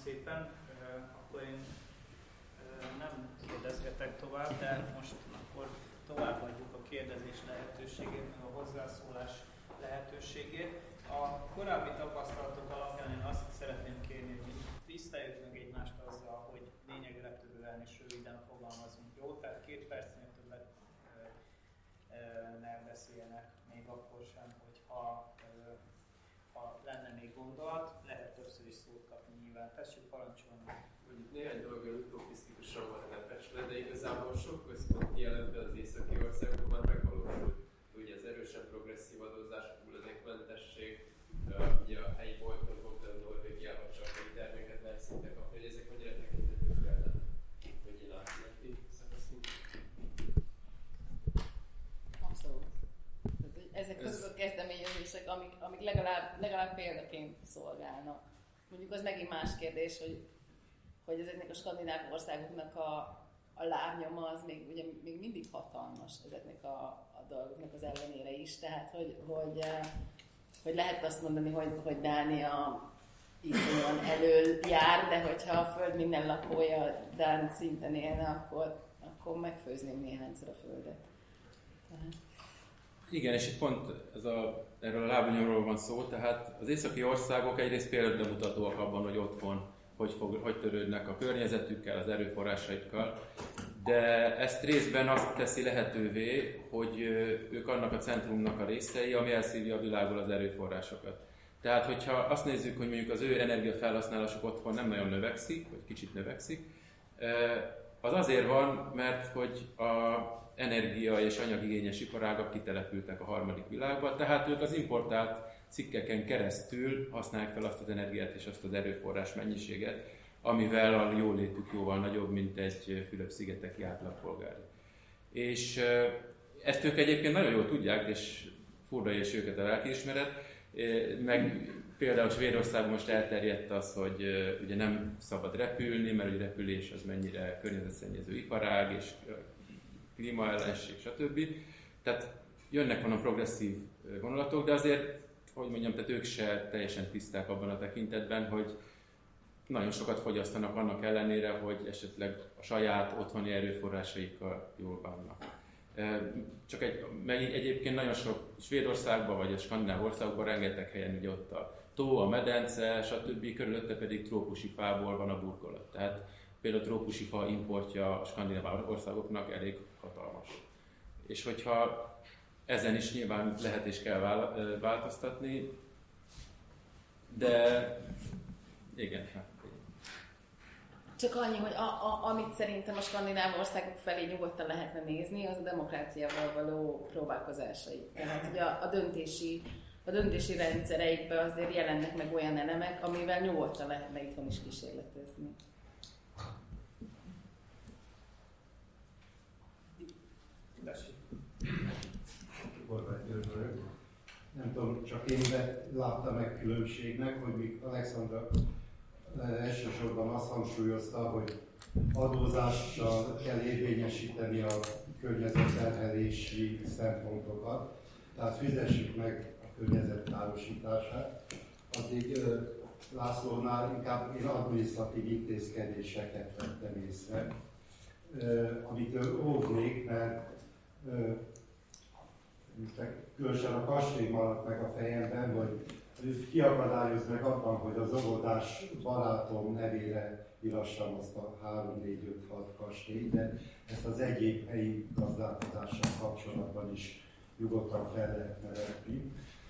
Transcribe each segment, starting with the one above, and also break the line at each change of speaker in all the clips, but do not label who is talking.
szépen. Akkor én nem kérdezgetek tovább, de most akkor továbbadjuk a kérdezés lehetőségét, meg a hozzászólás lehetőségét. A korábbi tapasztalatok alapján én azt szeretném kérni, hogy tiszteljük meg egymást azzal, hogy lényegre törően és röviden fogalmazunk. Jó? Tehát 2 percnél többet ne beszéljenek, még akkor sem, hogyha ha lenne még gondolat, lehet többször is szót kapni nyilván. Tessék, parancsolni.
Néhány dologról utopisztikusan van elfestve, de igazából sok központi jelentben az északi országokban már megvalósult. Ugye az erősen progresszív adózás, hulladékmentesség, ugye a helyi boltokból, például Norvégiában csak helyi terméket lehet szinte kapni, hogy ezek mennyire tekintetők ellen, hogy én átmeneti szakaszunk.
Abszolút. Ezek azok a kezdeményezések, amik legalább példaként szolgálnak. Mondjuk az megint más kérdés, hogy ezeknek a skandináv országoknak a lábnyoma az még mindig hatalmas ezeknek a dolgoknak az ellenére is. Tehát, hogy lehet azt mondani, hogy Dánia iszonyúan elől jár, de hogyha a föld minden lakója dán szinten élne, akkor megfőzném néhányszor a földet. Tehát.
Igen, és itt pont erről a lábnyomról van szó, tehát az északi országok egyrészt példamutatóak abban, hogy otthon hogy törődnek a környezetükkel, az erőforrásaikkal, de ezt részben azt teszi lehetővé, hogy ők annak a centrumnak a részei, ami elszívja a világból az erőforrásokat. Tehát, hogyha azt nézzük, hogy mondjuk az ő energiafelhasználásuk otthon nem nagyon növekszik, vagy kicsit növekszik, az azért van, mert hogy a energia- és anyagigényes iparágak kitelepültek a harmadik világba, tehát ők az importált cikkeken keresztül használják fel azt az energiát és azt az erőforrás mennyiséget, amivel a jólétük jóval nagyobb, mint egy Fülöp-szigeteki átlagpolgári. És ezt ők egyébként nagyon jól tudják, és furdalja is őket a lelkiismeret, meg például Svédországban most elterjedt az, hogy ugye nem szabad repülni, mert a repülés az mennyire környezetszennyező iparág, és klímaellenség, stb. Tehát jönnek onnan progresszív gondolatok, de azért, hogy mondjam, tehát ők se teljesen tiszták abban a tekintetben, hogy nagyon sokat fogyasztanak annak ellenére, hogy esetleg a saját otthoni erőforrásaikkal jól bánnak. Egyébként nagyon sok Svédországban vagy a skandináv országokban rengeteg helyen ugye ott a tó, a medence, stb. Körülötte pedig trópusi fából van a burkolat. Tehát például a trópusi fa importja a skandináv országoknak elég hatalmas. És hogyha ezen is nyilván lehet és kell változtatni, de igen.
Csak annyi, hogy amit szerintem a skandináv országok felé nyugodtan lehetne nézni, az a demokráciával való próbálkozásai. Tehát ugye a döntési rendszereikben azért jelennek meg olyan elemek, amivel nyugodtan lehetne itthon is kísérletezni.
Nem tudom, csak én láttam meg különbségnek, hogy míg Alexandra elsősorban azt hangsúlyozta, hogy adózással kell érvényesíteni a környezetterhelési szempontokat, tehát fizessük meg a környezet károsítását. Addig Lászlónál inkább én adminisztratív intézkedéseket vettem észre, amitől óvnék, mert különösen a kastély maradt meg a fejemben, hogy ki akadályoz meg abban, hogy az óvodás barátom nevére írassam azt a 3, 4, 5, 6 kastélyt, de ezt az egyéb helyi gazdálkodással kapcsolatban is nyugodtan fel lehetne vetni.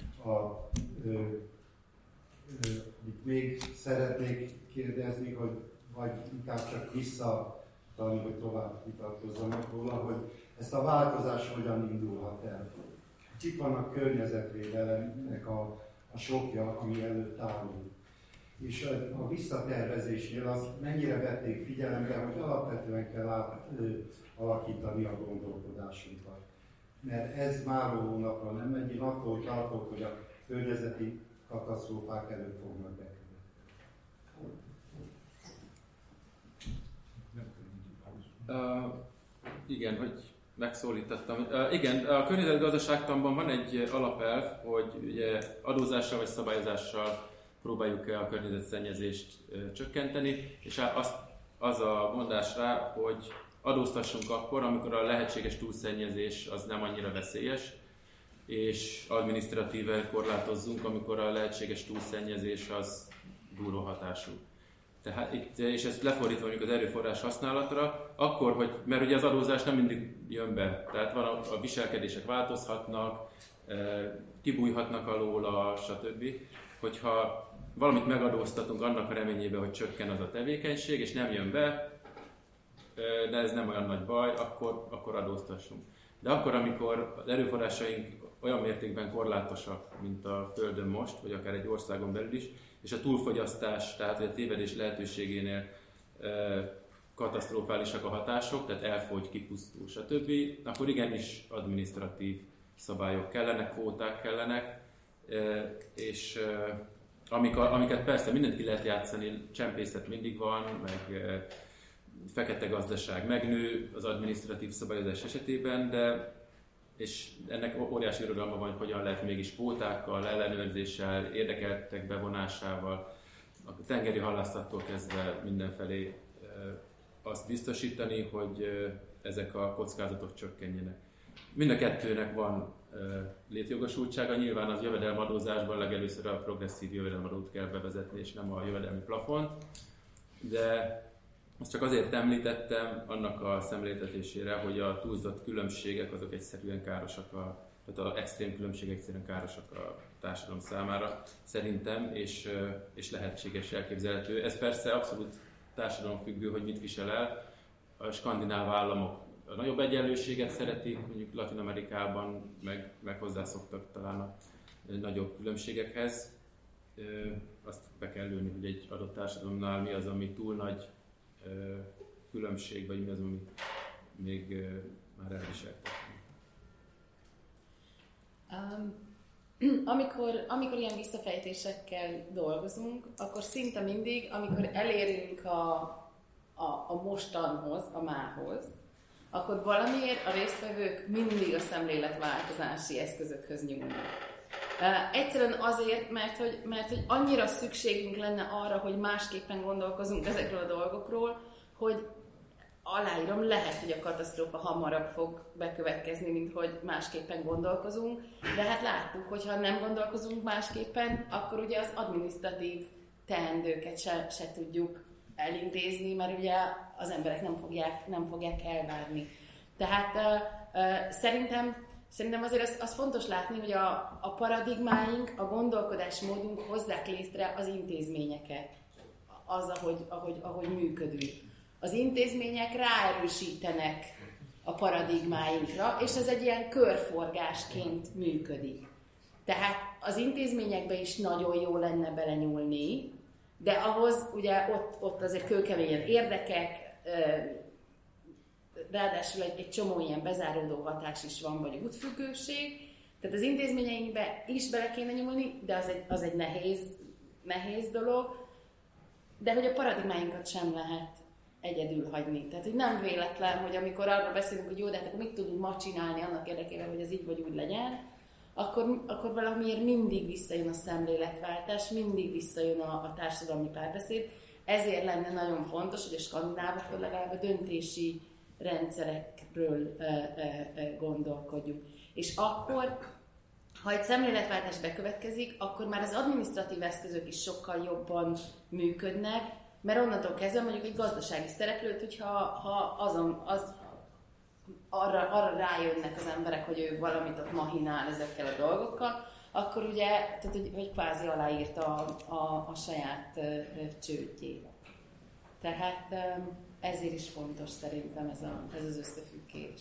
Még szeretnék kérdezni, hogy vagy inkább csak visszatalni, hogy tovább vitatkozzanak róla, hogy ezt a változás hogyan indulhat el. Itt van a környezetvédelemnek a sokja, ami előtt állunk. És a visszatervezésnél az mennyire vették figyelembe, hogy alapvetően kell alakítani a gondolkodásunkat. Mert ez már hónapra nem megy, én attól tartok, hogy a környezeti katasztrófák előtt fognak bekövetni.
Igen, hogy megszólítottam. Igen, a környezetgazdaságtanban van egy alapelv, hogy ugye adózással vagy szabályozással próbáljuk a környezetszennyezést csökkenteni, és az a mondás rá, hogy adóztassunk akkor, amikor a lehetséges túlszennyezés az nem annyira veszélyes, és adminisztratíve korlátozzunk, amikor a lehetséges túlszennyezés az durva hatású. Tehát itt, és ezt lefordítva mondjuk az erőforrás használatra, akkor, mert ugye az adózás nem mindig jön be, tehát van a viselkedések változhatnak, kibújhatnak alóla, stb. Hogyha valamit megadóztatunk annak a reményében, hogy csökken az a tevékenység, és nem jön be, de ez nem olyan nagy baj, akkor adóztassunk. De akkor, amikor az erőforrásaink olyan mértékben korlátosak, mint a Földön most, vagy akár egy országon belül is, és a túlfogyasztás, tehát a tévedés lehetőségénél katasztrofálisak a hatások, tehát elfogy, kipusztul, stb., akkor igenis adminisztratív szabályok kellenek, kvóták kellenek, és amiket persze mindent ki lehet játszani, csempészet mindig van, meg fekete gazdaság megnő az adminisztratív szabályozás esetében, és ennek óriási irodalma van, hogy hogyan lehet mégis kvótákkal, ellenőrzéssel, érdekeltek bevonásával, a tengeri halászattól kezdve mindenfelé azt biztosítani, hogy ezek a kockázatok csökkenjenek. Mind a kettőnek van létjogosultsága, nyilván az jövedelemadózásban legelőször a progresszív jövedelemadót kell bevezetni, és nem a jövedelmi plafont, de azt csak azért említettem annak a szemléltetésére, hogy a túlzott különbségek azok egyszerűen károsak, tehát az extrém különbségek egyszerűen károsak a társadalom számára szerintem, és lehetséges, elképzelhető. Ez persze abszolút társadalomfüggő, hogy mit visel el. A skandináv államok a nagyobb egyenlőséget szeretik, mondjuk Latin-Amerikában meg hozzászoktak talán a nagyobb különbségekhez. Azt be kell lőni, hogy egy adott társadalomnál mi az, ami túl nagy különbség, vagy mi az, ami még már elviselhető.
Amikor ilyen visszafejtésekkel dolgozunk, akkor szinte mindig, amikor elérünk a mostanhoz, a mához, akkor valamiért a résztvevők mindig a szemléletváltozási eszközökhöz nyúlnak. Egyszerűen azért, mert hogy annyira szükségünk lenne arra, hogy másképpen gondolkozunk ezekről a dolgokról, hogy aláírom, lehet, hogy a katasztrófa hamarabb fog bekövetkezni, mint hogy másképpen gondolkozunk, de hát láttuk, hogy ha nem gondolkozunk másképpen, akkor ugye az adminisztratív teendőket se tudjuk elintézni, mert ugye az emberek nem fogják elvárni. Tehát Szerintem azért az fontos látni, hogy a paradigmáink, a gondolkodásmódunk hozzák létre az intézményeket, az, ahogy működünk. Az intézmények ráerősítenek a paradigmáinkra, és ez egy ilyen körforgásként működik. Tehát az intézményekbe is nagyon jó lenne belenyúlni, de ahhoz ugye ott azért kőkeményen érdekek, ráadásul egy csomó ilyen bezáródó hatás is van, vagy útfüggőség. Tehát az intézményeinkbe is bele kéne nyúlni, de az egy nehéz dolog. De hogy a paradigmáinkat sem lehet egyedül hagyni. Tehát, hogy nem véletlen, hogy amikor arról beszélünk, hogy jó, de hát akkor mit tudunk ma csinálni annak érdekében, hogy ez így vagy úgy legyen, akkor valamiért mindig visszajön a szemléletváltás, mindig visszajön a társadalmi párbeszéd. Ezért lenne nagyon fontos, hogy a skandinávokról legalább a döntési rendszerekről gondolkodjuk. És akkor, ha egy szemléletváltás bekövetkezik, akkor már az adminisztratív eszközök is sokkal jobban működnek, mert onnantól kezdve mondjuk egy gazdasági szereplőt, hogyha arra rájönnek az emberek, hogy ő valamit ott machinál ezekkel a dolgokkal, akkor ugye, tehát, hogy kvázi aláírta a saját csődjét. Tehát ezért is fontos szerintem ez az összefüggés.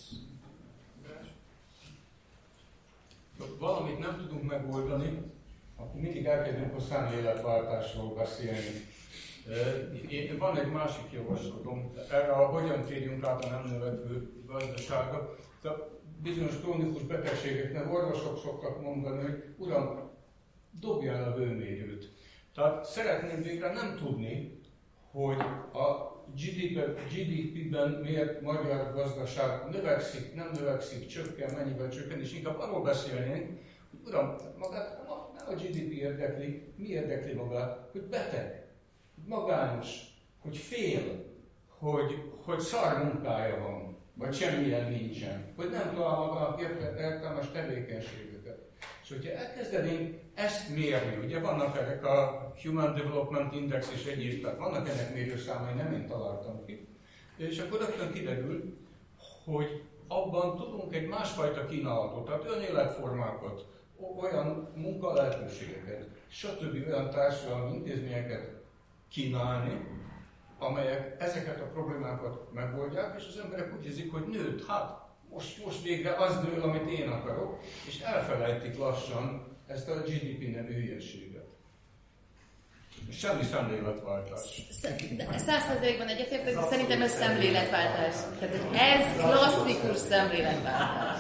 Valamit nem tudunk megoldani, akkor mindig elkezdünk a szemléletváltásról beszélni. Van egy másik javaslatom, erre hogyan térjünk át a nem növekvő gazdaságra. Bizonyos krónikus betegségeknek orvosok szoktak mondani, hogy uram, dobja el a hőmérőt. Tehát szeretném végre nem tudni, hogy a GDP-ben miért magyar gazdaság növekszik, nem növekszik, csökken, mennyivel csökken, és inkább arról beszélnénk, hogy uram, magát Nem a GDP érdekli, mi érdekli magát, hogy beteg, magányos, hogy fél, hogy szar munkája van, vagy semmilyen nincsen, hogy nem talál magának értelmes tevékenységeket. És hogyha elkezdenénk ezt mérni, ugye vannak ezek a Human Development Index és egyéb, tehát vannak ennek mérőszámai, nem én találtam ki, és akkor rögtön kiderül, hogy abban tudunk egy másfajta kínálatot, tehát olyan életformákat, olyan munkalehetőségeket, stb. Olyan társadalmi intézményeket kínálni, amelyek ezeket a problémákat megoldják, és az emberek úgy érzik, hogy nőtt, hát most végre az nő, amit én akarok, és elfelejtik lassan ezt a GDP nevű hülyeséget. Semmi szemléletváltás.
100%-ban egyetértek, de szerintem ez szemléletváltás. Tehát ez klasszikus szemléletváltás.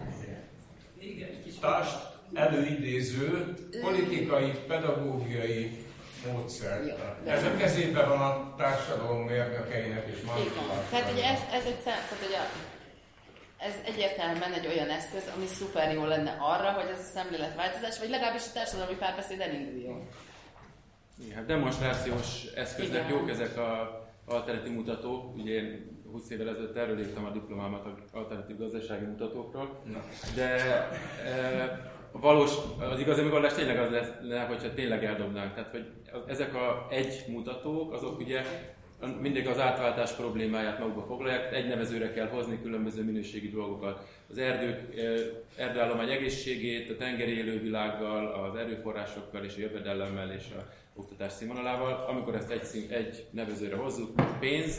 Tást előidéző politikai, pedagógiai módszer. Ez a kezében van a társadalom érdekeinek és másoknak.
Tehát ugye ez egy ez egyértelműen egy olyan eszköz, ami szuper jó lenne arra, hogy ez a szemléletváltozás, vagy legalábbis a társadalmi párbeszéd elinduljon.
Igen, demonstrációs eszközök jók ezek az alternatív mutatók. Ugye én 20 évvel ezelőtt erről írtam a diplomámat az alternatív gazdasági mutatókról. De az igazi megoldás tényleg az lenne, hogyha tényleg eldobnánk. Tehát, hogy ezek a egy mutatók, azok ugye mindig az átváltás problémáját magukba foglalják, egy nevezőre kell hozni különböző minőségi dolgokat. Az erdőállomány egészségét, a tengeri élővilággal, az erőforrásokkal és a jövedelemmel és az oktatás színvonalával. Amikor ezt egy nevezőre hozzuk, pénz,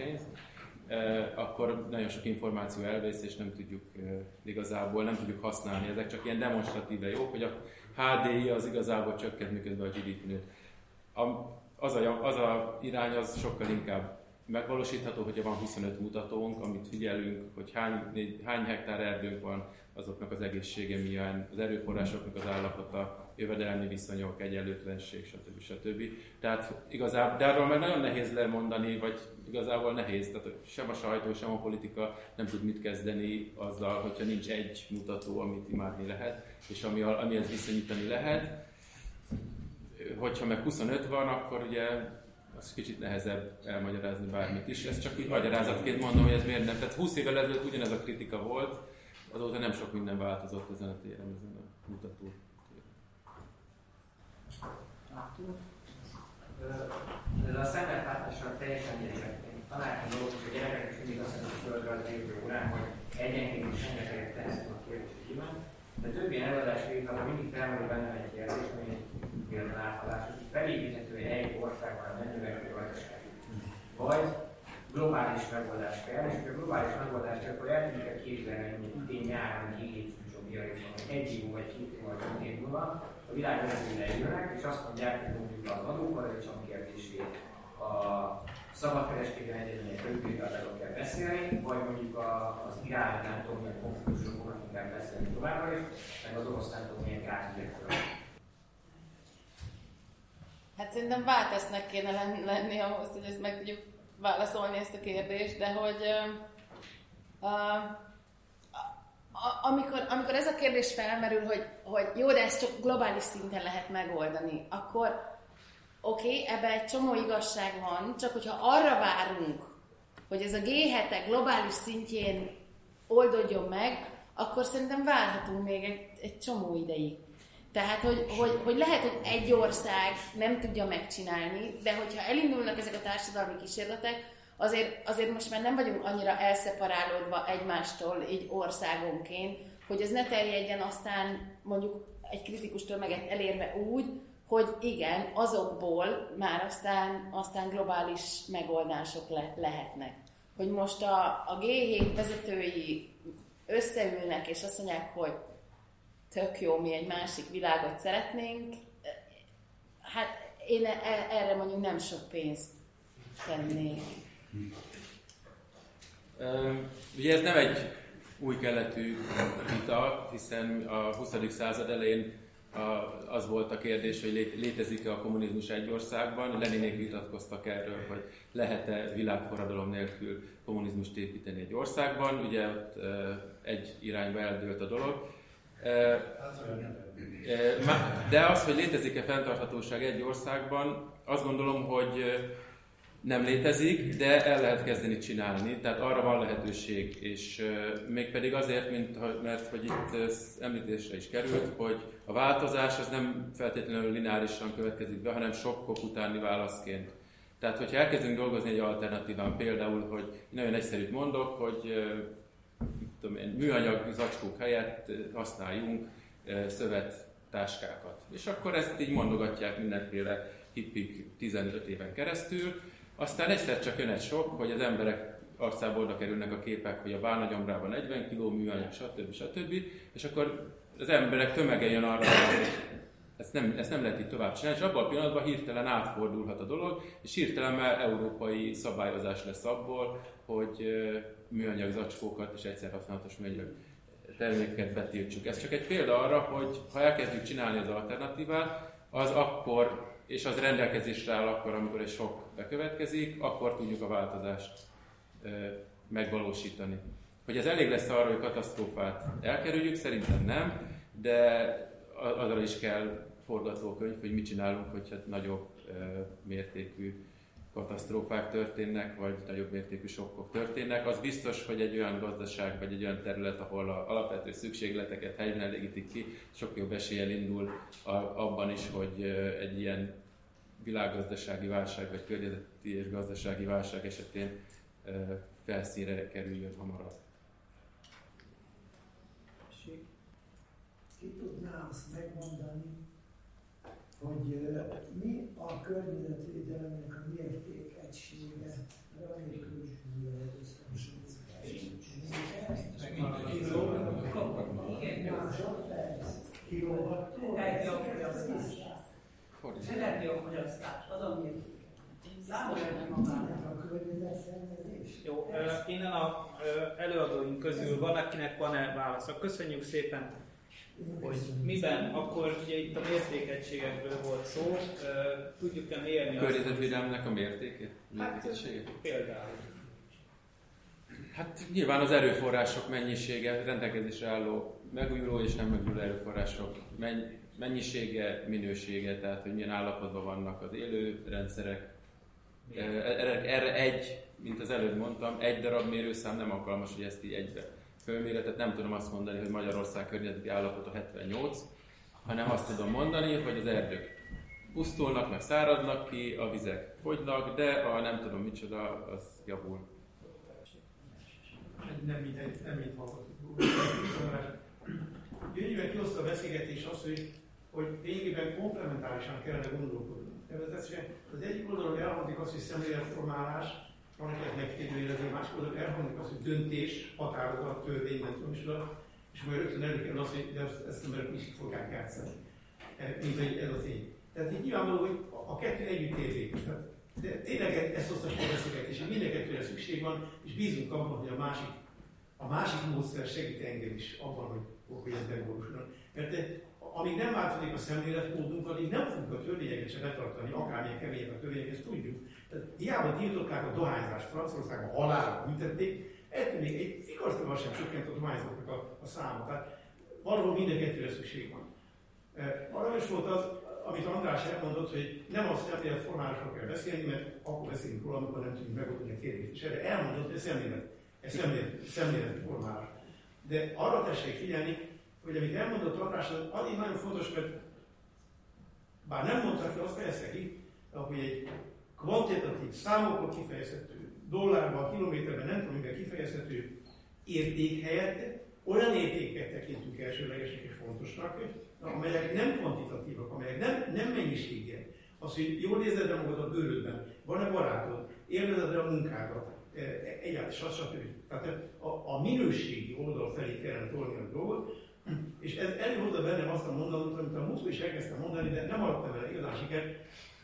akkor nagyon sok információ elvész, és nem tudjuk igazából, nem tudjuk használni. Ezek csak ilyen demonstratíve jók, hogy a HDI az igazából csökkent, miközben a GDP nőtt. Az a irány az sokkal inkább megvalósítható, hogyha van 25 mutatónk, amit figyelünk, hogy hány hektár erdőnk van, azoknak az egészsége milyen, az erőforrásoknak az állapota, jövedelmi viszonyok, egyenlőtlenség, stb. Tehát igazából, de arról meg nagyon nehéz lemondani, vagy igazából nehéz, tehát sem a sajtó, sem a politika nem tud mit kezdeni azzal, hogyha nincs egy mutató, amit imádni lehet, és amihez viszonyítani lehet. Hogyha meg 25 van, akkor ugye az kicsit nehezebb elmagyarázni bármit is. Ez csak így magyarázatként mondom, hogy ez miért nem. Tehát 20 évvel ezelőtt ugyanez a kritika volt, azóta nem sok minden változott ezen a téren, ezen a mutató.
Ez a szemléletváltással teljesen egyetértek. Tanárként dolgozunk, hogy gyerekek is mindig azt mondjuk földrajzi jövő órán, hogy egyenként is rengeteget tehetünk a kérdésében. De több ilyen előadás végigben mindig felmerül bennem egy kérdés, ami például áthalás, hogy felépíthető egy országban a növekvő gazdaság. Vagy globális megoldás kell, és hogyha globális megoldás kell, akkor el tudjuk képzelni, hogy idén nyáron egy egy év vagy 2 év vagy 5 év múlva a világ vezetői eljönnek, és azt mondják, hogy mondjuk az adóparadicsom kérdését, a szabadkereskedelmi egyezmények felülvizsgálatáról kell beszélni, vagy mondjuk az Irán nem tudom milyen konfliktusokról kell beszélni továbbra is, meg az orosz nem tudom milyen gázügyekről.
Hát szerintem váltesznek kéne lenni ahhoz, hogy ezt meg tudjuk válaszolni ezt a kérdést, de hogy amikor ez a kérdés felmerül, hogy jó, de ezt csak globális szinten lehet megoldani, akkor oké, ebben egy csomó igazság van, csak hogyha arra várunk, hogy ez a G7-ek globális szintjén oldódjon meg, akkor szerintem várhatunk még egy csomó ideig. Tehát, hogy lehet, hogy egy ország nem tudja megcsinálni, de hogyha elindulnak ezek a társadalmi kísérletek, azért most már nem vagyunk annyira elszeparálódva egymástól így országonként, hogy ez ne terjedjen aztán mondjuk egy kritikus tömeget elérve úgy, hogy igen, azokból már aztán globális megoldások lehetnek. Hogy most a G7 vezetői összeülnek és azt mondják, hogy tök jó, mi egy másik világot szeretnénk, hát én erre mondjuk nem sok pénzt tennék.
Ugye ez nem egy új keletű vita, hiszen a 20. század elején az volt a kérdés, hogy létezik-e a kommunizmus egy országban. Leninék vitatkoztak erről, hogy lehet-e világforradalom nélkül kommunizmust építeni egy országban. Ugye ott egy irányba eldőlt a dolog. De az, hogy létezik-e fenntarthatóság egy országban, azt gondolom, hogy nem létezik, de el lehet kezdeni csinálni, tehát arra van lehetőség, és mégpedig azért, mert hogy itt említésre is került, hogy a változás az nem feltétlenül lineárisan következik be, hanem sokkok utáni válaszként. Tehát, hogyha elkezdünk dolgozni egy alternatíván, például, hogy nagyon egyszerűt mondok, hogy műanyag zacskók helyett használjunk szövettáskákat. És akkor ezt így mondogatják mindenféle hippik 15 éven keresztül. Aztán egyszer csak jön egy sok, hogy az emberek arcába oda kerülnek a képek, hogy a bálnagyomrában 40 kg műanyag, stb. És akkor az emberek tömege jön arra, hogy ezt nem lehet így tovább csinálni, és abban a pillanatban hirtelen átfordulhat a dolog, és hirtelen már európai szabályozás lesz abból, hogy műanyag zacskókat és egyszer használatos műanyag termékeket betiltsuk. Ez csak egy példa arra, hogy ha elkezdjük csinálni az alternatívát, az akkor, és az rendelkezésre áll akkor, amikor egy sok bekövetkezik, akkor tudjuk a változást megvalósítani. Hogy ez elég lesz arra, hogy katasztrófát elkerüljük, szerintem nem, de arra is kell forgatókönyv, hogy mit csinálunk, hogyha nagyobb mértékű katasztrófák történnek, vagy nagyobb mértékű sokkok történnek. Az biztos, hogy egy olyan gazdaság, vagy egy olyan terület, ahol az alapvető szükségleteket helyben elégítik ki, sok jobb eséllyel indul abban is, hogy egy ilyen világgazdasági válság, vagy környezeti és gazdasági válság esetén felszínre kerüljön hamarabb.
Ki tudná azt megmondani, hogy mi a környezetvédelemnek a mértékegysége, anélkül, hogy lehet összehasonlítani. Kilowattól?
Energiafogyasztás, az a mérték. Számolja magának a környezetszenvedés. Jó, innen az előadóink közül van, akinek van-e válasza. Köszönjük szépen, hogy miben, akkor ugye itt a mértékegységekről volt szó, tudjuk-e mérni
a környezetvédelemnek a mértéke?
Például.
Hát nyilván az erőforrások mennyisége, rendelkezésre álló megújuló és nem megújuló erőforrások mennyisége, minősége, tehát hogy milyen állapotban vannak az élő rendszerek. Erre mint az előbb mondtam, egy darab mérőszám nem alkalmas, hogy ezt így egybe fölmérje, tehát nem tudom azt mondani, hogy Magyarország környezeti állapota 78, hanem azt tudom mondani, hogy az erdők pusztulnak, meg száradnak ki, a vizek fogynak, de a nem tudom micsoda, az javul.
Nem így hallgatunk. Gyönyörűen kihozta a beszélgetés azt, hogy lényegében komplementárisan kellene gondolkodni. Természetesen az egyik oldalon elhangzik az, hogy szemléletformálás, van akinek megkérdőjelező, másik oldalon elhangzik az, hogy döntés, határozat, törvény, nem tudom is, és majd rögtön előkerül az, hogy de ezt emberek is fogják játszani. Mint hogy ez a tény. Tehát így nyilvánvaló, hogy a kettő együtt érzik. De tényleg ezt hozta a beszélgetés, hogy minden kettőre szükség van, és bízunk abban, hogy a másik módszer segít engem is abban, hogy ez megvalósuljon. Mert amíg nem változik a szemléletmódunk, addig nem fogjuk a törvényeket sem betartani, akármilyen kemények a törvények, ezt tudjuk. Tehát hiába tiltották a dohányzást, Franciaországban halálra büntették, ettől még egy fikasztóval sem csökkent a dohányzóknak a száma. Tehát valahol minden kettőre szükség van. Arra is volt az, amit András elmondott, hogy nem a szemléletformálásról kell beszélni, mert akkor beszélünk róla, amikor nem tudjuk megoldani a kérdést. És erre elmondott, hogy szemléletformálás. De arra tessék figyelni, hogy amit elmondott András, az azért nagyon fontos, mert bár nem mondta ki, azt fejezte ki, hogy egy kvantitatív, számokon kifejezhető, dollárban, kilométerben, nem tudom, mivel kifejezhető érték helyett olyan értéket tekintünk elsőlegesnek és fontosnak, amelyek nem kvantitatívak, amelyek nem mennyiségiek. Az, hogy jól érzed el magad a bőrödben, van-e barátod, élvezed a munkádat, egyáltalán stb. Tehát a minőségi oldal felé kellene tolni a dolgot, és ez előhozza bennem azt a mondatot, amit a múltkor is elkezdtem mondani, de nem adtam vele igazán sikert,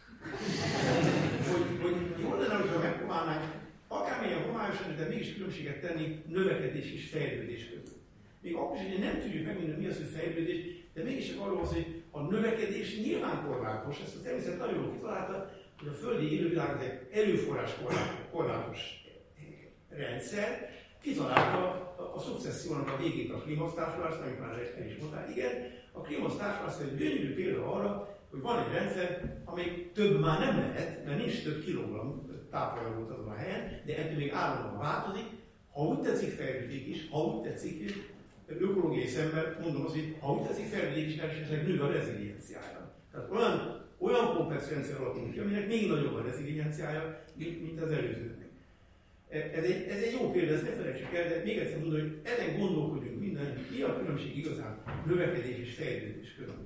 hogy jól lenne, hogyha megpróbálnánk akármilyen homályosan, de mégis különbséget tenni növekedés és fejlődés között. Még akkor is, hogy nem tudjuk megmondani, mi az, hogy fejlődés, de mégis arról az, hogy a növekedés nyilván korlátos, ezt a természet nagyon jól kitalálta, hogy a földi élővilág egy erőforrás korlátos rendszer, kizarálta a szukcessziónak a végét a klímasztársulást, amit már el is mondtál, igen, a klímasztársulás egy gyönyörű példa arra, hogy van egy rendszer, amely több már nem lehet, mert nincs több kilogramm tápanyagot azon a helyen, de ettől még állandóan változik, ha úgy tetszik fejlődik is, ha úgy tetszik ökológiai szemben, mondom azt, hogy ha úgy tetszik fejlődik is, mert esetleg nő a rezilienciája. Tehát olyan komplex rendszer alakult ki, aminek még nagyobb a rezilienciája, mint az előzőnek. Ez egy jó példa, ezt ne felejtsük el, de még egyszer mondom, hogy ezen gondolkodjunk minden, mi a különbség igazán növekedés és fejlődés között.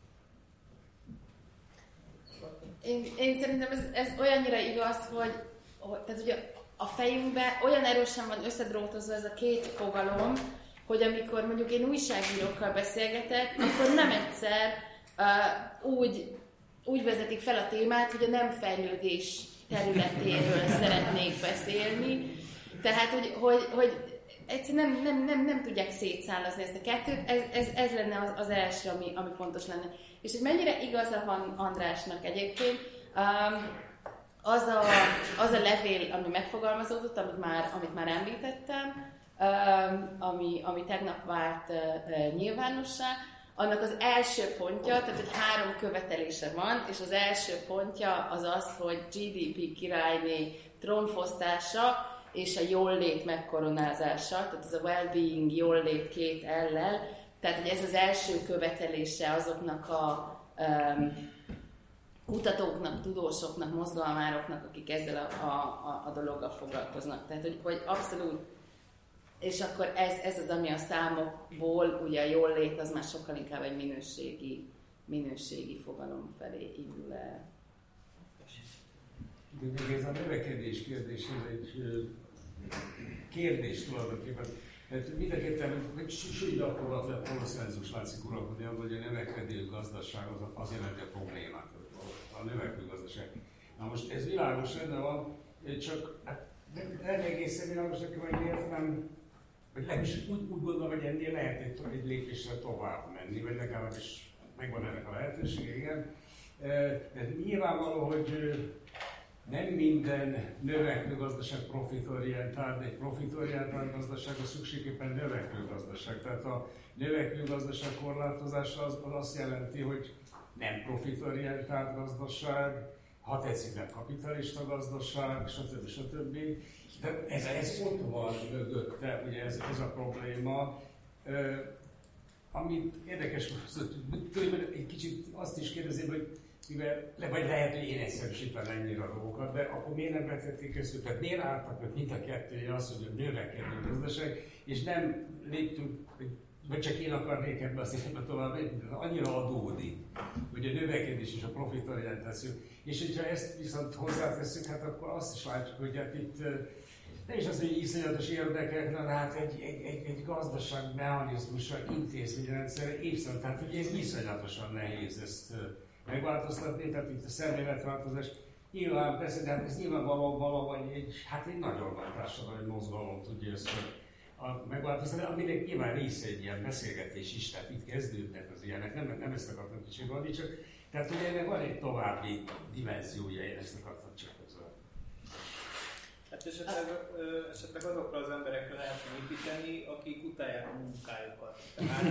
Én szerintem ez olyannyira igaz, hogy tehát ugye a fejünkben olyan erősen van összedrótozva ez a két fogalom, hogy amikor mondjuk én újságírókkal beszélgetek, akkor nem egyszer úgy vezetik fel a témát, hogy a nem fejlődés területéről szeretnék beszélni. Tehát, hogy egyszerűen nem tudják szétszállazni ezt a kettőt, ez lenne az első, ami fontos lenne. És hogy mennyire igaza van Andrásnak egyébként, az a levél, ami megfogalmazódott, amit már említettem, ami tegnap vált nyilvánossá, annak az első pontja, tehát hogy 3 követelése van, és az első pontja az az, hogy GDP királyné trónfosztása és a jólét megkoronázása, tehát ez a well-being, jólét 2 L-lel, tehát hogy ez az első követelése azoknak a kutatóknak, tudósoknak, mozgalmároknak, akik ezzel a dologgal foglalkoznak. Tehát, hogy abszolút, és akkor ez az, ami a számokból, ugye a jólét, az már sokkal inkább egy minőségi fogalom felé indul el.
De ez a növekedés kérdés, ez egy kérdés tulajdonképpen. Tehát mindenképpen súly gyakorlat lett konszenzus látszik uralkodni, hogy a növekedő gazdaság az jelenti a problémát, a növekvő gazdaság. Na most ez világos, rendben van, csak nem egészen világos, hogy miért nem, vagy legalábbis úgy gondolom, hogy ennél lehet egy lépésre tovább menni, vagy legalábbis megvan ennek a lehetősége, igen. De nyilvánvaló, hogy nem minden növekvő gazdaság profitorientált, de egy profitorientált gazdaság az szükségképpen növekvő gazdaság. Tehát a növekvő gazdaság korlátozása az azt jelenti, hogy nem profitorientált gazdaság, ha tetszik, nem kapitalista gazdaság, stb. De ez ott van mögötte, ugye ez a probléma. Amit érdekes, egy kicsit azt is kérdezném, hogy vagy lehet, hogy én egyszerűsítem ennyire a dolgokat, de akkor miért nem vetették ezt? Tehát miért álltak meg mind a kettője az, hogy a növekedő gazdaság, és nem léptünk, vagy csak én akarnék ebbe az évben tovább lépni, de annyira adódik, hogy a növekedés és a profitorientáció. És hogyha ezt viszont hozzáteszünk, hát akkor azt is látjuk, hogy hát itt nem is az, hogy iszonyatos érdekek, de hát egy gazdaság mechanizmusa, intézményrendszerre évszak, tehát hogy ez iszonyatosan nehéz ezt megváltoztatni, tehát itt a szemléletváltozás nyilván, persze, de hát ez nyilvánvalóan valahogy egy nagyon nagy társadalmi mozgalom tudja ezt megváltoztatni, aminek nyilván része egy ilyen beszélgetés is, tehát itt kezdődnek az ilyenek, nem ezt akartam kicsit mondani, csak tehát ugye ennek van egy további dimenziója, én ezt akartam csak hozzá.
Hát esetleg azokra az emberekre lehet építeni, akik utálják a munkájukat. Tehát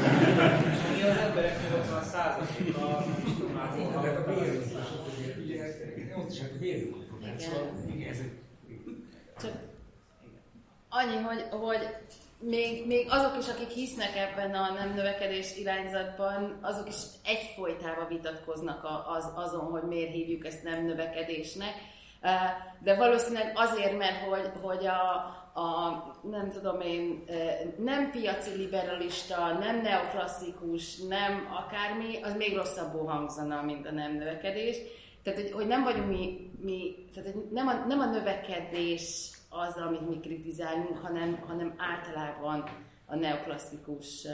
mi az emberek 80%-a is tudom már volna.
De a bérünk, ugye, ott is a bérünk, szóval igen, ez egy...
Csak annyi, hogy még azok is, akik hisznek ebben a nem növekedés irányzatban, azok is egyfolytában vitatkoznak azon, hogy miért hívjuk ezt nem növekedésnek. De valószínűleg azért, mert hogy nem tudom én, nem piaci liberalista, nem neoklasszikus, nem akármi, az még rosszabbul hangzana, mint a nem növekedés. Tehát, hogy nem vagyunk mi tehát nem a növekedés az, amit mi kritizálunk, hanem általában a neoklasszikus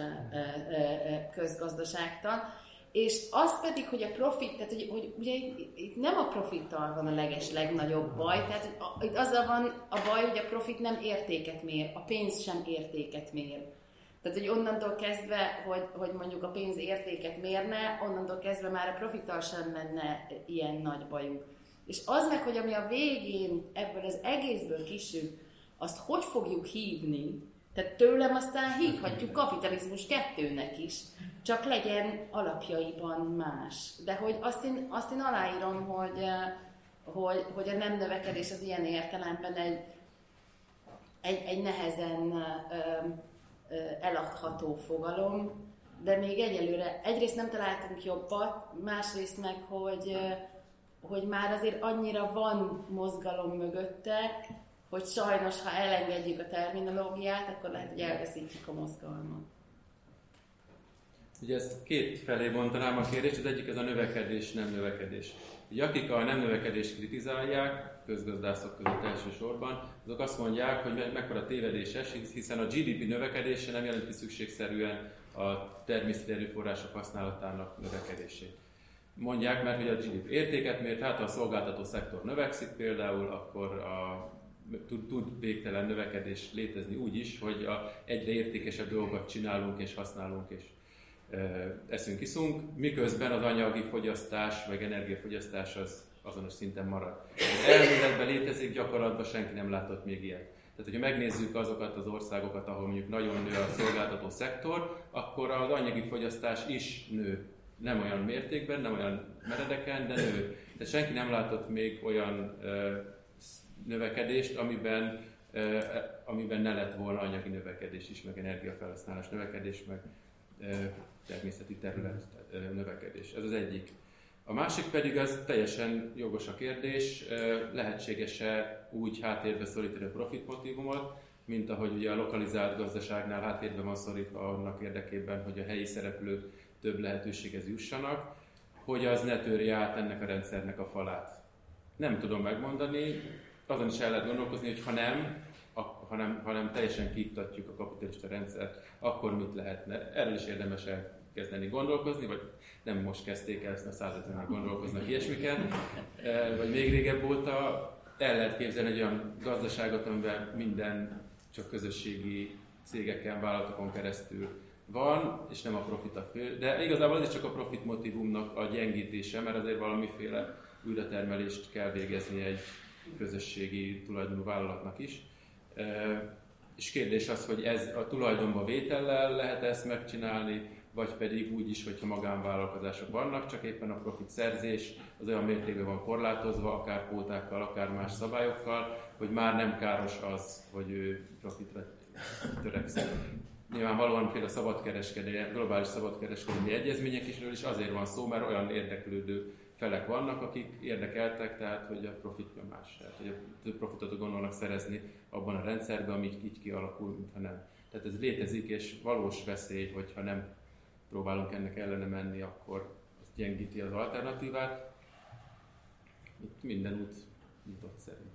közgazdaságtan. És az pedig, hogy a profit, tehát hogy ugye itt nem a profittal van a legnagyobb baj, tehát itt azzal van a baj, hogy a profit nem értéket mér, a pénz sem értéket mér. Tehát, hogy onnantól kezdve, hogy mondjuk a pénz értéket mérne, onnantól kezdve már a profittal sem lenne ilyen nagy bajunk. És az meg, hogy ami a végén ebből az egészből kisüt, azt hogy fogjuk hívni? Tehát tőlem aztán hívhatjuk kapitalizmus 2-nek is, csak legyen alapjaiban más. De hogy azt én aláírom, hogy a nem növekedés az ilyen értelemben egy nehezen eladható fogalom, de még egyelőre egyrészt nem találtunk jobbat, másrészt meg, hogy már azért annyira van mozgalom mögötte, hogy sajnos, ha elengedjük a terminológiát, akkor lehet, hogy elveszítjük a mozgalmat.
Ugye ezt két felé bontanám a kérdést, az egyik ez a növekedés, nem növekedés. Ugye akik a nem növekedést kritizálják, közgazdászok között elsősorban, azok azt mondják, hogy mekkora tévedéses, hiszen a GDP növekedése nem jelenti szükségszerűen a természeti erőforrások használatának növekedését. Mondják, mert hogy a GDP értéket mért, hát ha a szolgáltató szektor növekszik például, akkor tud végtelen növekedés létezni úgy is, hogy egyre értékesebb dolgokat csinálunk és használunk és eszünk, iszunk, miközben az anyagi fogyasztás vagy energiafogyasztás az azonos szinten marad. Elméletben létezik, gyakorlatban senki nem látott még ilyet. Tehát, hogyha megnézzük azokat az országokat, ahol mondjuk nagyon nő a szolgáltató szektor, akkor az anyagi fogyasztás is nő. Nem olyan mértékben, nem olyan meredeken, de nő. Tehát senki nem látott még olyan növekedést, amiben ne lett volna anyagi növekedés is, meg energiafelhasználás növekedés, meg természeti terület növekedés. Ez az egyik. A másik pedig az teljesen jogos a kérdés, lehetséges-e úgy háttérbe szorítani a profit motívumot, mint ahogy ugye a lokalizált gazdaságnál háttérbe van szorítva annak érdekében, hogy a helyi szereplők több lehetőséghez jussanak, hogy az ne törje át ennek a rendszernek a falát. Nem tudom megmondani, azon is el lehet gondolkozni, hogy ha nem teljesen kiiktatjuk a kapitalista rendszert, akkor mit lehetne? Erről is érdemes elkezdeni gondolkozni, vagy nem most kezdték el, ezt a 150-en gondolkoznak ilyesmiken, vagy még régebb óta. El lehet képzelni egy olyan gazdaságot, amiben minden csak közösségi cégeken, vállalatokon keresztül van, és nem a profit a fő. De igazából ez is csak a profit motívumnak a gyengítése, mert azért valamiféle újratermelést kell végezni egy közösségi tulajdonú vállalatnak is. És kérdés az, hogy ez a tulajdonba vétellel lehet ezt megcsinálni, vagy pedig úgy is, hogyha magánvállalkozások vannak, csak éppen a profit szerzés az olyan mértékben van korlátozva, akár kvótákkal, akár más szabályokkal, hogy már nem káros az, hogy ő profitra törekszik. Nyilvánvalóan például globális szabadkereskedelmi egyezményekről is azért van szó, mert olyan érdeklődő felek vannak, akik érdekeltek, tehát hogy a profit nyomás, tehát hogy több profitot gondolnak szerezni abban a rendszerben, ami így kialakul, mintha nem. Tehát ez létezik, és valós veszély, hogyha nem próbálunk ennek ellene menni, akkor az gyengíti az alternatívát. Itt minden út nyitott szerintem.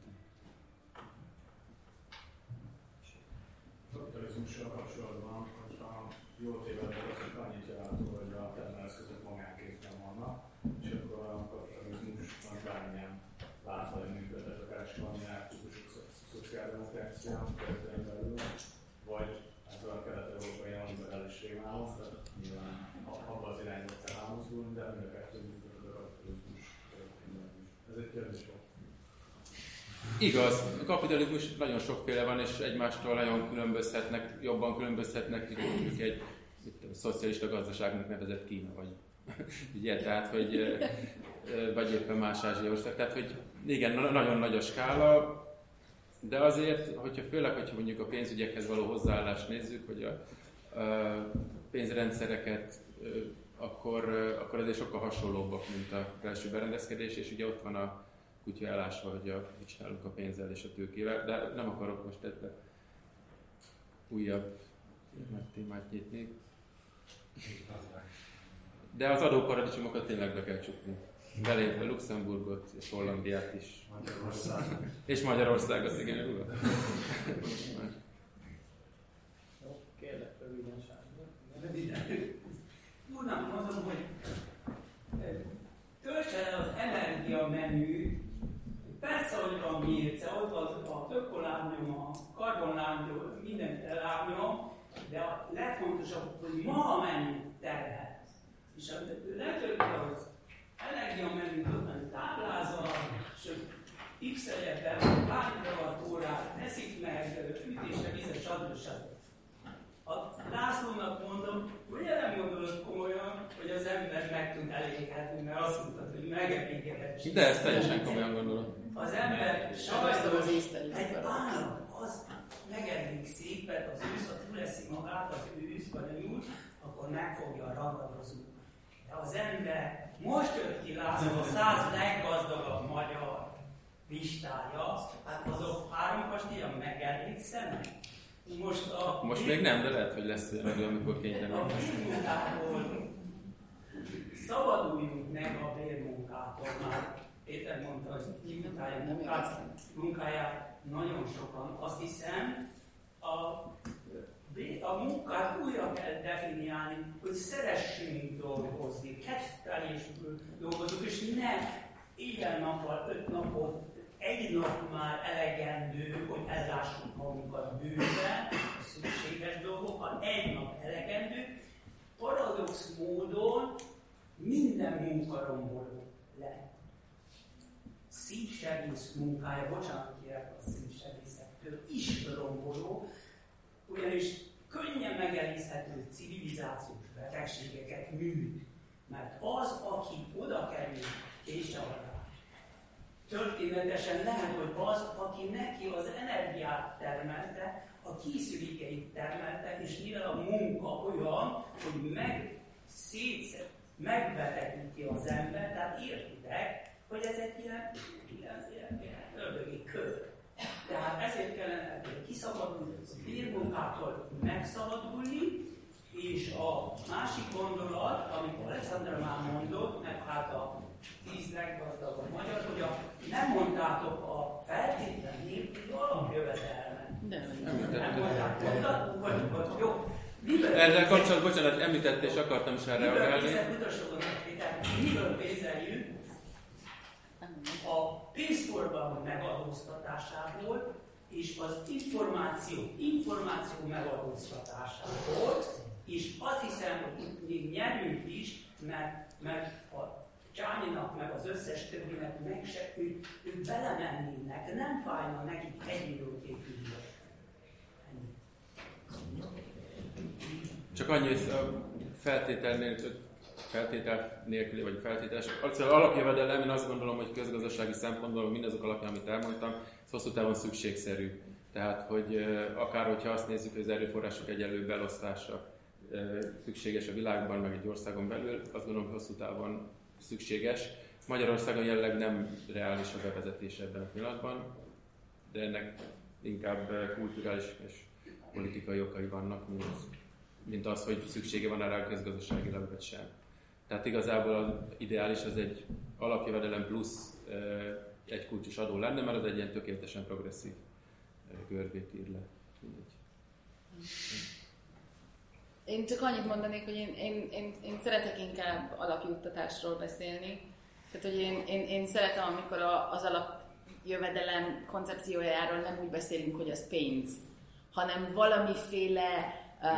Kapitalizmussal kapcsolatban, hogyha jól tévedek, azt annyit jelent, hogy a termelőeszközök magánkézben vannak, és akkor a kapitalizmusnak bármilyen látványon működhet, akár skandinál típusú szociáldemokrácia keretein belül, vagy ez a kelet-európai liberális rémálom, tehát nyilván abban az irányba kell elmozdulni, de mind a kettő működik a kapitalizmus keretein belül is. Ez egy kérdés volt.
Igaz, a kapitalizmus nagyon sokféle van, és egymástól nagyon különbözhetnek, jobban különbözhetnek, mondjuk egy szocialista gazdaságnak nevezett Kína, vagy ugye, tehát, hogy, vagy éppen más ázsiai ország. Tehát, hogy igen, nagyon nagy a skála, de azért, főleg, hogyha mondjuk a pénzügyekhez való hozzáállást nézzük, hogy a pénzrendszereket, akkor azért sokkal hasonlóbbak, mint a belső berendezkedés, és ugye ott van a kutya elásva, hogy mit csinálunk a pénzzel és a tőkével, de nem akarok most ebbe újabb témát nyitni. De az adóparadicsomokat tényleg be kell csukni. Belépve Luxemburgot és Hollandiát is. És Magyarországot, igen, uram.
Kérlek, röviden Sándor.
Úgy nem mondom, hogy töltse el az energia menüt. Persze, hogy van mérce, ott az a ökolábnyom, a karbonlábnyom, mindent elábnyom, de a legfontosabb, hogy ma mennyit terhet. És a letölti az energiamenüt, ott van táblázat, és x-egyetben hány órát eszik meg, gazdaságot. A Lászlónak mondom, ugye nem gondolod komolyan, hogy az ember meg tud elégedni, mert azt mondtad, hogy megelégedett.
De ezt teljesen komolyan gondolom.
Az ember sajnos egy állat, az megelégszik, mert az ősz, ha túleszi magát, az ősz vagy a nyúl, akkor megfogja a ragadozó. De az ember, most jött ki László a 100 leggazdagabb magyar listája, hát azok 3 kastélyan megelégszenek.
Most még nem, de lehet, hogy lesz olyan, amikor kénytelen.
A bérmunkától szabaduljunk meg a bérmunkától. Már Péter mondta, hogy munkáját nagyon sokan. Azt hiszem, a munkát újra kell definiálni, hogy szeressünk dolgozni, kedvelésből dolgozunk, és ne éjjel-nappal, 5 napot, egy nap már elegendő, hogy ellássuk magunkat bőven, a szükséges dolgokkal, egy nap elegendő. Paradox módon minden munkaromboló lett. Szívsebész munkája, bocsánat kérek a szívsebészektől, is romboló, ugyanis könnyen megelőzhető civilizációs betegségeket műt, mert az, aki oda kerül és arra, történetesen lehet, hogy az, aki neki az energiát termelte, a készülékeit termelte, és mivel a munka olyan, hogy megbetegíti az ember, tehát értitek, hogy ez egy ilyen ördögi kör. Tehát ezért kellene kiszabadulni, a bérmunkától megszabadulni, és a másik gondolat, amit Alexandra már mondott, meg hát a 10 leggazdagabb magyar, hogy nem mondtátok a feltétlen nélküli alapjövedelmet. Nem mondtátok, vagy jó.
Ezzel kapcsolatban, bocsánat, említette és akartam is erre reagálni.
Miből pénzeljük? A pénzforgalom megadóztatásából és az információ megadóztatásából, és azt hiszem, hogy itt még nyerünk is, mert a Csányinak, meg az összes többinek meg se, ők belemennének, nem fájna nekik egyidőképű.
Csak annyi, hogy a feltétel nélküli, vagy feltételes. Az alapjövedelem, én azt gondolom, hogy közgazdasági szempontból mindazok alapján, amit elmondtam, ez hosszú távon szükségszerű. Tehát, hogy akár hogyha azt nézzük, hogy az erőforrások egyenlő belosztása szükséges a világban, meg egy országon belül, azt gondolom, hogy hosszú távon szükséges. Magyarországon jelenleg nem reális a bevezetése ebben a pillanatban, de ennek inkább kulturális és politikai okai vannak, mint az, hogy szüksége van rá közgazdaságilag, vagy sem. Tehát igazából az ideális az egy alapjövedelem plusz egy kulcsos adó lenne, mert az egy ilyen tökéletesen progresszív görbét ír le.
Én csak annyit mondanék, hogy én szeretek inkább alapjuttatásról beszélni. Tehát, hogy én szeretem, amikor az alapjövedelem koncepciójáról nem úgy beszélünk, hogy az pénz, hanem valamiféle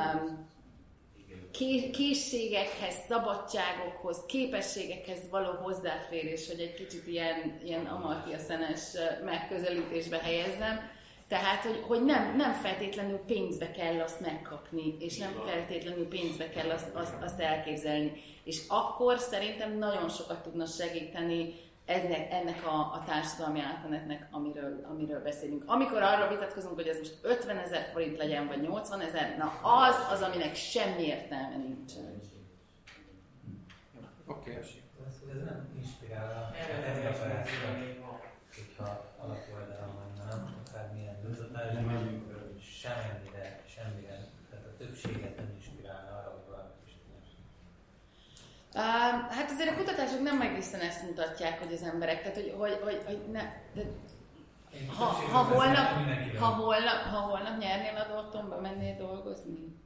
készségekhez, szabadságokhoz, képességekhez való hozzáférés, hogy egy kicsit ilyen Amartya Senes megközelítésbe helyezzem. Tehát, hogy nem feltétlenül pénzbe kell azt megkapni, és nem feltétlenül pénzbe kell azt elképzelni. És akkor szerintem nagyon sokat tudna segíteni ennek a társadalmi átmenetnek, amiről beszélünk. Amikor arról vitatkozunk, hogy ez most 50 000 forint legyen, vagy 80 000, na az, aminek semmi értelme nincsen.
Oké.
Ez nem inspirál hogyha alapjövedelem lenne, nem akármilyen bőzatás, semmire, tehát a többséget nem inspirálna arra, hogy valamit is tudnak.
Hát azért a kutatások nem egészen ezt mutatják, hogy az emberek, tehát hogy ne... Ha holnap nyernél a Dortonba, mennél dolgozni?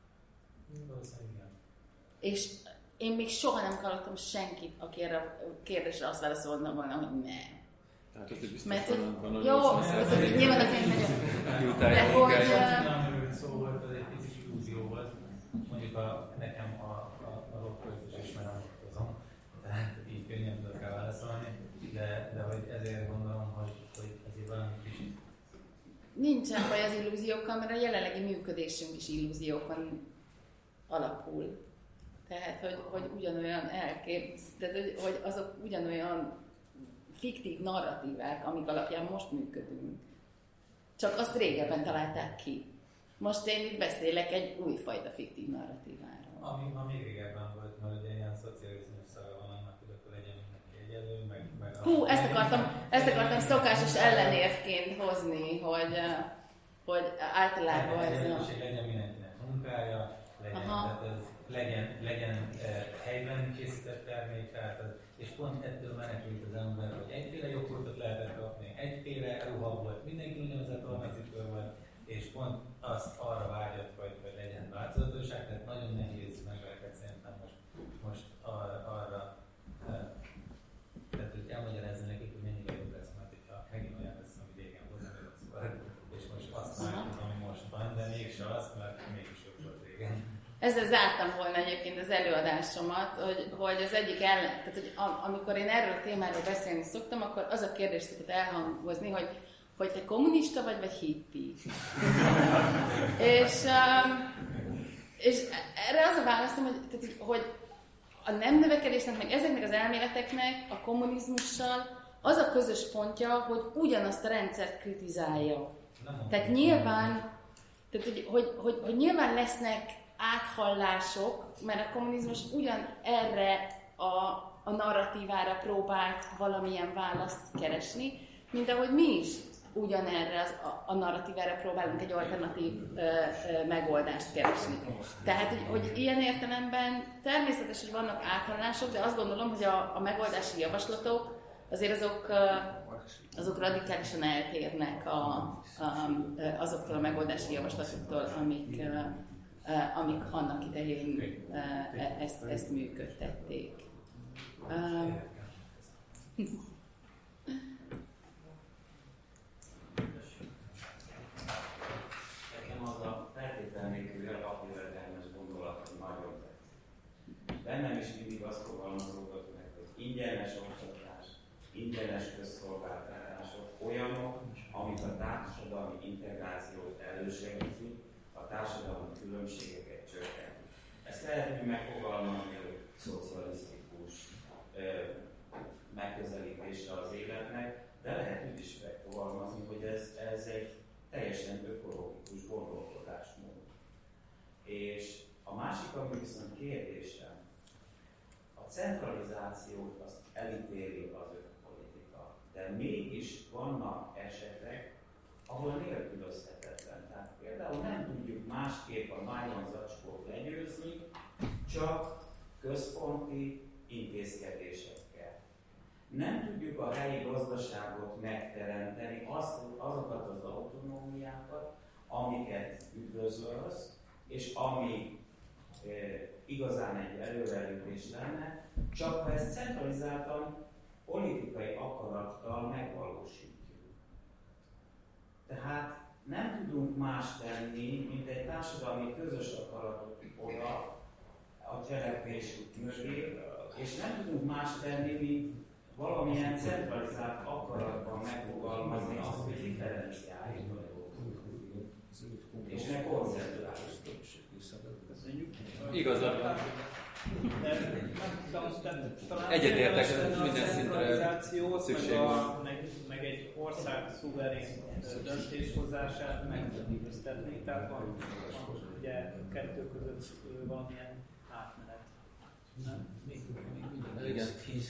És én még soha nem hallottam senkit, aki erre a kérdésre azt válaszolna volna, hogy nem.
Tehát az biztos
mert
van
jó, nyilván a könyv nagyon...
Nem szó volt, az egy picit illúzió volt. Mondjuk nekem a rokközös is már nem okozom, tehát így könnyen tudok rá válaszolni, de hogy ezért gondolom, hogy ezért valami kicsit
nincsen baj az illúziókkal, mert a jelenlegi működésünk is illúziókon alapul. Tehát, hogy ugyanolyan tehát, hogy azok ugyanolyan fiktív narratívák, amik alapján most működünk. Csak azt régebben találták ki. Most én itt beszélek egy újfajta fiktív narratíváról.
Ami régebben volt, mert ugye ilyen szocializmus szaga van annak, hogy akkor legyen mindenki egyedül, meg
Hú, ezt akartam szokásos ellenérvként hozni, hogy általában ez a...
legyen mindenkinek munkája, legyen helyben készített termék, és pont ettől menekült az ember, hogy egyféle joghurtot lehetett kapni, egyféle ruha volt, mindenki ugyanaz a tornacipő volt, és pont azt arra vágyott, hogy legyen változatosság, tehát nagyon nehéz embereket szerintem most arra, tehát hogy elmagyarázni nekik, hogy mennyire jobb lesz, mert hogyha megint olyan lesz, ami régen volt, nem rossz volt, és most azt látjuk, ami most van, de mégse azt, mert mégis jobb volt régen.
Ezzel zártam volna egyébként az előadásomat, hogy az egyik tehát hogy amikor én erről a témáról beszélni szoktam, akkor az a kérdés szokott elhangozni, hogy te kommunista vagy hippi. és erre az a válaszom, hogy a nem növekedésnek, meg ezeknek az elméleteknek a kommunizmussal az a közös pontja, hogy ugyanazt a rendszert kritizálja. Tehát nyilván, hogy nyilván lesznek áthallások, mert a kommunizmus ugyan erre a narratívára próbált valamilyen választ keresni, mint ahogy mi is ugyanerre a narratívára próbálunk egy alternatív megoldást keresni. Tehát, hogy ilyen értelemben természetes, hogy vannak áthallások, de azt gondolom, hogy a megoldási javaslatok azért azok radikálisan eltérnek azoktól a megoldási javaslatoktól, amik annak idején ezt működtették.
Nekem az a feltétel nélküli alapjövedelmes gondolat, hogy nagyon tetszik. Bennem is mindig azt fogalmazódott meg, hogy ingyenes oktatás, ingyenes közszolgáltatások olyanok, amik a társadalmi integrációt elősegítik, a társadalmi különbségeket csökkenti. Ezt lehet úgy megfogalmazni, hogy szocialisztikus megközelítése az életnek, de lehet úgy is megfogalmazni, hogy ez egy teljesen ökológikus gondolkodásmód. És a másik, ami viszont kérdésem, a centralizációt azt elítéli az ökopolitika, de mégis vannak esetek, ahol nélkülözhetetlen. Tehát például nem tudjuk másképp a nylon zacskót legyőzni, csak központi intézkedésekkel. Nem tudjuk a helyi gazdaságot megteremteni, azokat az autonómiákat, amiket üdvözölsz, és ami igazán egy előrelépés lenne, csak ha ezt centralizáltan politikai akarattal megvalósítjuk. Tehát nem tudunk más tenni, mint egy társadalmi közös akaratot oda a cselekvésük mögé, és nem tudunk más tenni, mint valamilyen centralizált akaratban megfogalmazni azt, hogy differenciális vagyok, és ne konceptuális.
Igazad van. Egyetértek, minden szintre szükség van.
Meg egy ország szuverén döntéshozását megkülönböztetni, tehát van ugye kettő között valamilyen átmenet.
Igen.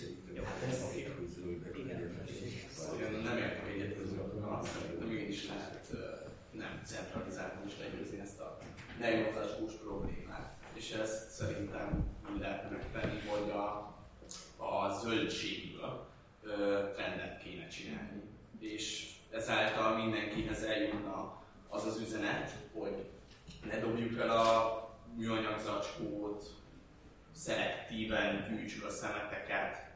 Nem értem egyet közül, szerintem is lehet nem centralizáltan is legyőzni ezt a nejózásús problémát. És ezt szerintem úgy lehet megtenni, hogy a zöldségből trendet kéne csinálni. És ezáltal mindenkihez eljutna az az üzenet, hogy ne dobjuk el a műanyag zacskót, szelektíven gyűjtsük a szemeteket,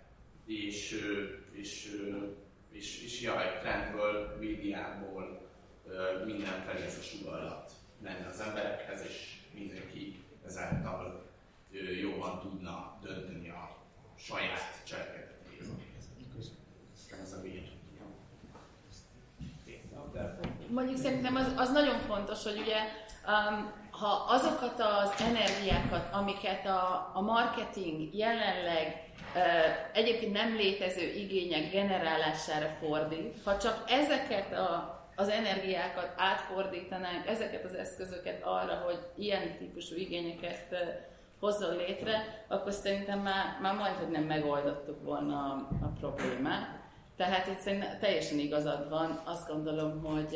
és jaj, trendből, médiából mindenfelé ez a sugallat lenne az emberekhez, és mindenki ezáltal jobban tudna dönteni a saját cselekedetéről. Ez a vélemény.
mondjuk szerintem az nagyon fontos, hogy ugye ha azokat az energiákat, amiket a marketing jelenleg egyébként nem létező igények generálására fordít, ha csak ezeket az energiákat átfordítanánk, ezeket az eszközöket arra, hogy ilyen típusú igényeket hozzon létre, akkor szerintem már majd, hogy nem megoldottuk volna a problémát. Tehát itt szerintem teljesen igazad van. Azt gondolom, hogy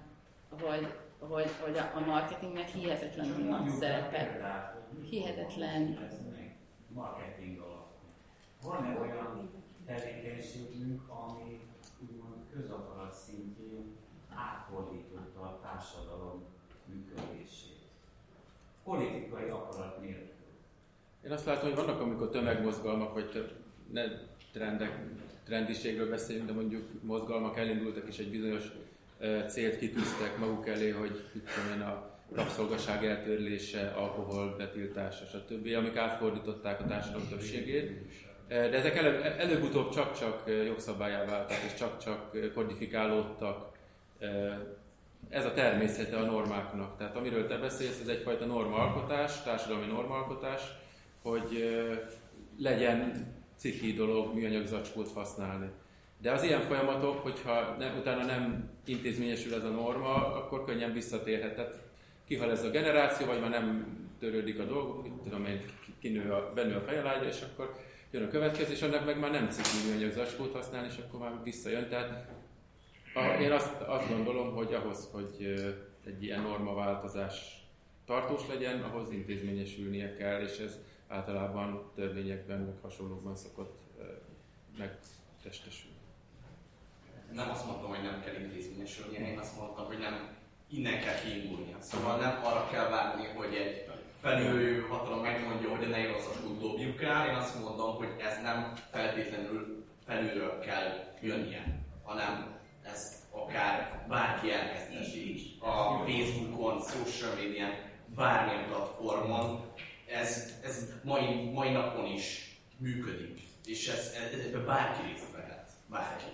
a marketingnek hihetetlenül nagy szerepe. Hihetetlen.
Marketing alapon. Van-e olyan tevékenységünk, ami úgymond közakarat szintjén átfordította a társadalom működését? Politikai akarat nélkül.
Én azt látom, hogy vannak, amikor tömegmozgalmak, vagy trendiségről beszélünk, de mondjuk mozgalmak elindultak, és egy bizonyos célt kitűztek maguk elé, hogy a rabszolgaság eltörlése, alkohol betiltása, stb., amik átfordították a társadalom többségét. De ezek előbb-utóbb csak-csak jogszabályá váltak, és csak-csak kodifikálódtak. Ez a természete a normáknak. Tehát amiről te beszélsz, ez egyfajta normaalkotás, társadalmi normaalkotás, hogy legyen ciki dolog műanyag zacskót használni. De az ilyen folyamatok, hogyha utána nem intézményesül ez a norma, akkor könnyen visszatérhet. Tehát kihal ez a generáció, vagy már nem törődik a dolgok, tudom én, benő a fejelágya, és akkor jön a következő, és annak meg már nem ciki műanyag zacskót használni, és akkor már visszajön. Tehát én azt gondolom, hogy ahhoz, hogy egy ilyen normaváltozás tartós legyen, ahhoz intézményesülnie kell, és ez általában törvényekben, meg hasonlókban szokott megtestesülni.
Nem azt mondtam, hogy nem kell intézményesülnie, én azt mondtam, hogy nem innen kell kiindulnia. Szóval nem arra kell várni, hogy egy felülő hatalom megmondja, hogy a nejrosszatút dobjuk rá. Én azt mondom, hogy ez nem feltétlenül felülről kell jönnie, hanem ez akár bárki elkezdheti a Facebookon, social médián, bármilyen platformon. Ez mai napon is működik, és ebben bárki részt vehet. Bárki.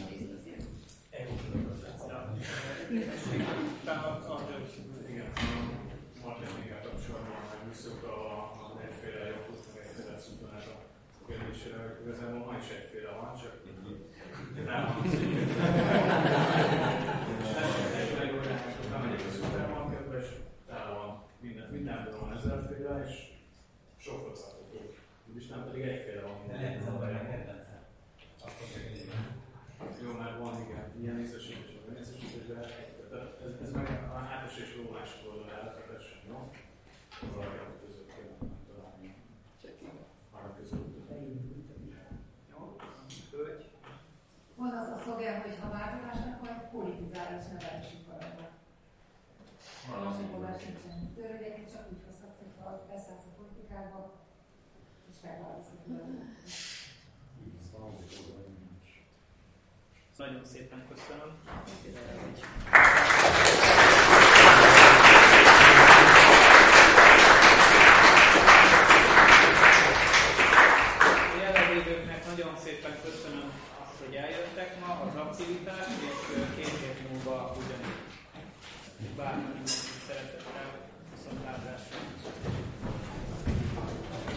Igen, marketinggel kapcsolatban megviszont az egyféle jogot, meg egyféle szuperát a kérdésére. Igazából ma is egyféle van, csak bemegyek a szupermarketbe, és tele van mindenből van 1000-féle, és sokra tartottuk. Úgyis nem pedig egyféle van minden. Jó, mert van ilyen ízesítés, vagy ízesítés, de ez meg a hátas és jó másik oldalára, tehát ez sem jó. Valami között kell találni. Arra között.
Jó, hölgy.
Van az a szlogen, hogy ha változásnak vagy, politizálás ne változik valahol. Hasonlóvás nincsen. Törvényeket csak úgy hozhatsz, hogyha beszállsz a politikába, és megváltozik valahol.
Nagyon szépen köszönöm. A jelenlévőknek nagyon szépen köszönöm azt, hogy eljöttek ma, az aktivitást, és 2 hét múlva ugyanígy bármilyen szeretettel viszontlátásra.